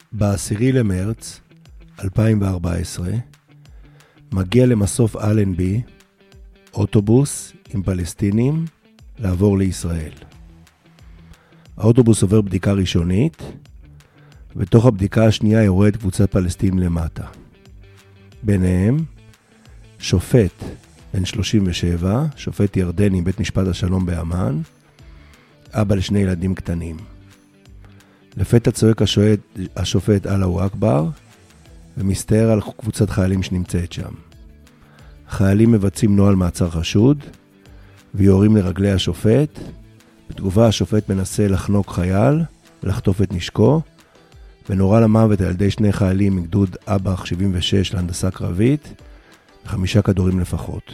ב-10 למרץ 2014 מגיע למסוף אלנבי אוטובוס עם פלסטינים לעבור לישראל. האוטובוס עובר בדיקה ראשונית, בתוך הבדיקה השנייה יורד קבוצת פלסטינים למטה. ביניהם שופט בן 37, שופט ירדני בית משפט השלום באמן, אבא לשני ילדים קטנים. לפתע צועק השופט אללהו אכבר, ומסתער על קבוצת חיילים שנמצאת שם. חיילים מבצעים נוהל מעצר חשוד, ויורים לרגלי השופט. בתגובה השופט מנסה לחנוק חייל, ולחטוף את נשקו, ונורה למוות על ידי שני חיילים מגדוד אב"ח 76 להנדסה קרבית, 5 כדורים לפחות.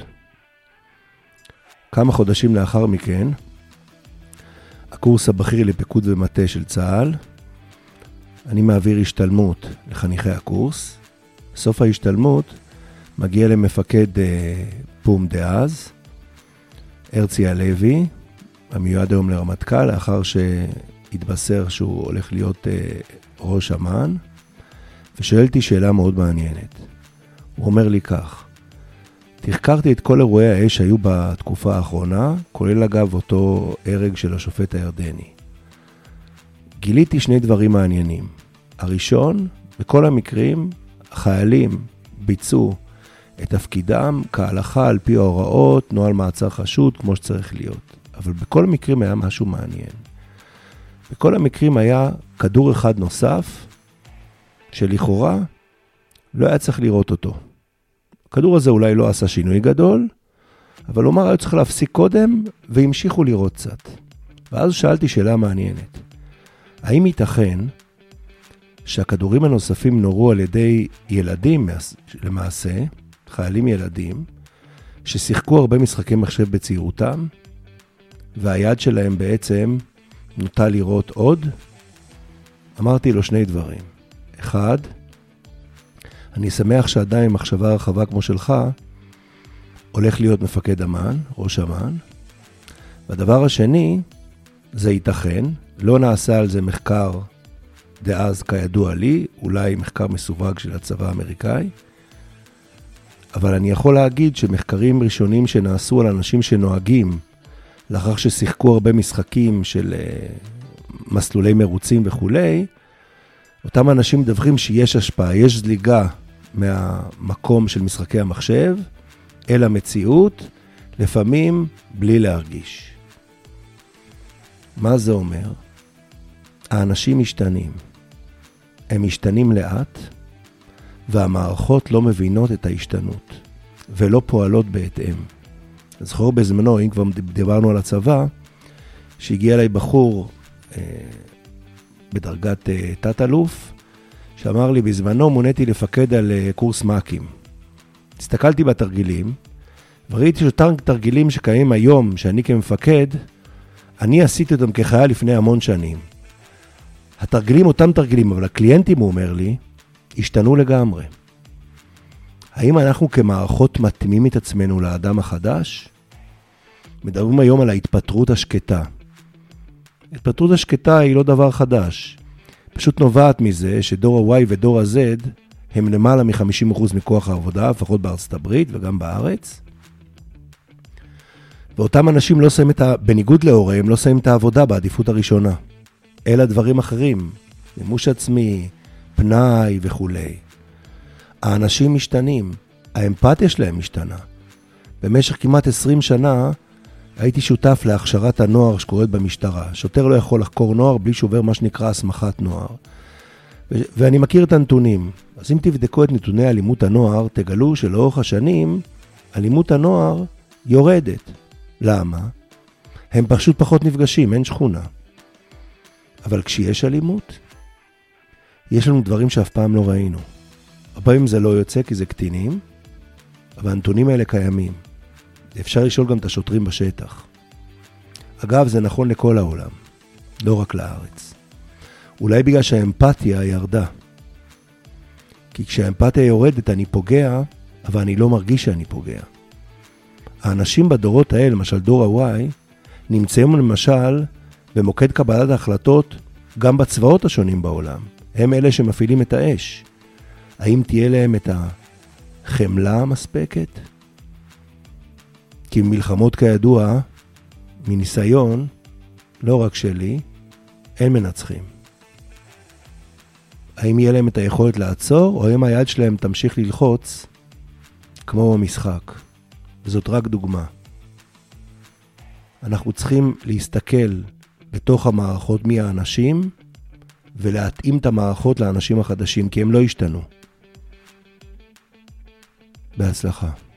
כמה חודשים לאחר מכן, הקורס הבכיר לפיקוד ומטה של צה"ל, אני מעביר השתלמות לחניכי הקורס. בסוף ההשתלמות מגיע למפקד פום דאז, הרצי הלוי, המיועד היום לרמטכ"ל, לאחר שהתבשר שהוא הולך להיות ראש אמ"ן, ושואל אותי שאלה מאוד מעניינת. הוא אומר לי כך: תחקרתי את כל אירועי האש שהיו בתקופה האחרונה, כולל אגב אותו הרג של השופט הירדני. גיליתי שני דברים מעניינים. הראשון, בכל המקרים, החיילים ביצעו את תפקידם כהלכה על פי ההוראות, נוהל מעצר חשוד, כמו שצריך להיות. אבל בכל המקרים היה משהו מעניין. בכל המקרים היה כדור אחד נוסף, שלכאורה לא היה צריך לראות אותו. הכדור הזה אולי לא עשה שינוי גדול, אבל אומר, היה צריך להפסיק קודם, והמשיכו לראות קצת. ואז שאלתי שאלה מעניינת. האם ייתכן שהכדורים הנוספים נורו על ידי ילדים, למעשה, חיילים ילדים, ששיחקו הרבה משחקי מחשב בצעירותם, והיד שלהם בעצם נוטה לראות עוד? אמרתי לו שני דברים. אחד, אני שמח שעדיין מחשבה רחבה כמו שלך, הולך להיות מפקד אמ"ן, ראש אמ"ן. והדבר השני, זה ייתכן, לא נעשה על זה מחקר דאז כידוע לי, אולי מחקר מסווג של הצבא האמריקאי, אבל אני יכול להגיד שמחקרים ראשונים שנעשו על אנשים שנוהגים, לאחר ששיחקו הרבה משחקים של מסלולי מרוצים וכולי, אותם אנשים מדווחים שיש השפעה, יש זליגה מהמקום של משחקי המחשב אל המציאות, לפעמים בלי להרגיש. מה זה אומר? האנשים משתנים. הם משתנים לאט, והמערכות לא מבינות את ההשתנות, ולא פועלות בהתאם. זכור בזמנו, אם כבר דיברנו על הצבא, שהגיע אליי בחור בדרגת תת-אלוף, שאמר לי, בזמנו מוניתי לפקד על קורס מאקים. הסתכלתי בתרגילים, וראיתי שאותם תרגילים שקיימים היום, שאני כמפקד, אני עשיתי אותם כחייל לפני המון שנים. התרגילים אותם תרגילים, אבל הקליינטים, הוא אומר לי, השתנו לגמרי. האם אנחנו כמערכות מתאימים את עצמנו לאדם החדש? מדברים היום על ההתפטרות השקטה. ההתפטרות השקטה היא לא דבר חדש. פשוט נובעת מזה שדור ה-Y ודור ה-Z הם למעלה מ-50% מכוח העבודה, לפחות בארצות הברית וגם בארץ. ואותם אנשים לא שמים בניגוד להוריהם, לא שמים את העבודה בעדיפות הראשונה. אלא דברים אחרים, מימוש עצמי, פנאי וכו'. האנשים משתנים, האמפתיה שלהם משתנה. במשך כמעט 20 שנה הייתי שותף להכשרת הנוער שקורית במשטרה. שוטר לא יכול לחקור נוער בלי שעובר מה שנקרא הסמכת נוער. ואני מכיר את הנתונים. אז אם תבדקו את נתוני אלימות הנוער, תגלו שלאורך השנים אלימות הנוער יורדת. למה? הם פשוט פחות נפגשים, אין שכונה. אבל כשיש אלימות, יש לנו דברים שאף פעם לא ראינו. הפעמים זה לא יוצא כי זה קטינים, אבל הנתונים האלה קיימים. אפשר לשאול גם את השוטרים בשטח. אגב, זה נכון לכל העולם, לא רק לארץ. אולי בגלל שהאמפתיה ירדה. כי כשהאמפתיה יורדת אני פוגע, אבל אני לא מרגיש שאני פוגע. האנשים בדורות האלה, למשל דור ה-Y, נמצאים למשל במוקד קבלת ההחלטות גם בצבאות השונים בעולם. הם אלה שמפעילים את האש. האם תהיה להם את החמלה המספקת? כי מלחמות כידוע, מניסיון, לא רק שלי, אין מנצחים. האם יהיה להם את היכולת לעצור, או האם היד שלהם תמשיך ללחוץ כמו במשחק? זאת רק דוגמה. אנחנו צריכים להסתכל בתוך המערכות מי האנשים, ולהתאים את המערכות לאנשים החדשים, כי הם לא ישתנו. בהצלחה.